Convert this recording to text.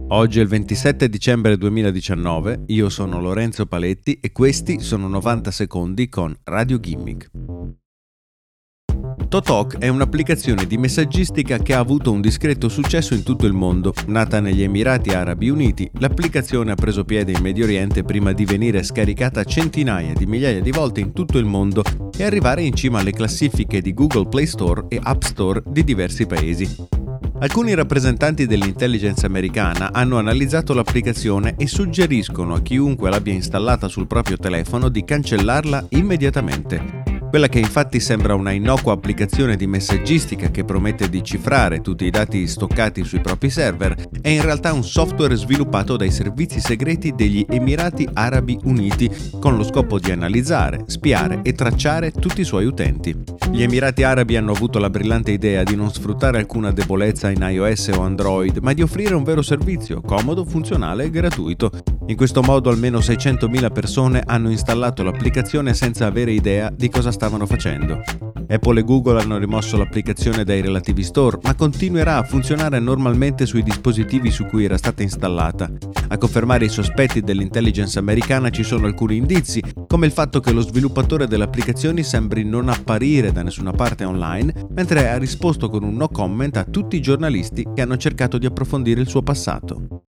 Oggi è il 27 dicembre 2019, io sono Lorenzo Paletti e questi sono 90 secondi con Radio Gimmick. Totalk è un'applicazione di messaggistica che ha avuto un discreto successo in tutto il mondo. Nata negli Emirati Arabi Uniti, l'applicazione ha preso piede in Medio Oriente prima di venire scaricata centinaia di migliaia di volte in tutto il mondo e arrivare in cima alle classifiche di Google Play Store e App Store di diversi paesi. Alcuni rappresentanti dell'intelligence americana hanno analizzato l'applicazione e suggeriscono a chiunque l'abbia installata sul proprio telefono di cancellarla immediatamente. Quella che infatti sembra una innocua applicazione di messaggistica che promette di cifrare tutti i dati stoccati sui propri server è in realtà un software sviluppato dai servizi segreti degli Emirati Arabi Uniti con lo scopo di analizzare, spiare e tracciare tutti i suoi utenti. Gli Emirati Arabi hanno avuto la brillante idea di non sfruttare alcuna debolezza in iOS o Android, ma di offrire un vero servizio, comodo, funzionale e gratuito. In questo modo almeno 600.000 persone hanno installato l'applicazione senza avere idea di cosa stavano facendo. Apple e Google hanno rimosso l'applicazione dai relativi store, ma continuerà a funzionare normalmente sui dispositivi su cui era stata installata. A confermare i sospetti dell'intelligence americana ci sono alcuni indizi, come il fatto che lo sviluppatore delle applicazioni sembri non apparire da nessuna parte online, mentre ha risposto con un no comment a tutti i giornalisti che hanno cercato di approfondire il suo passato.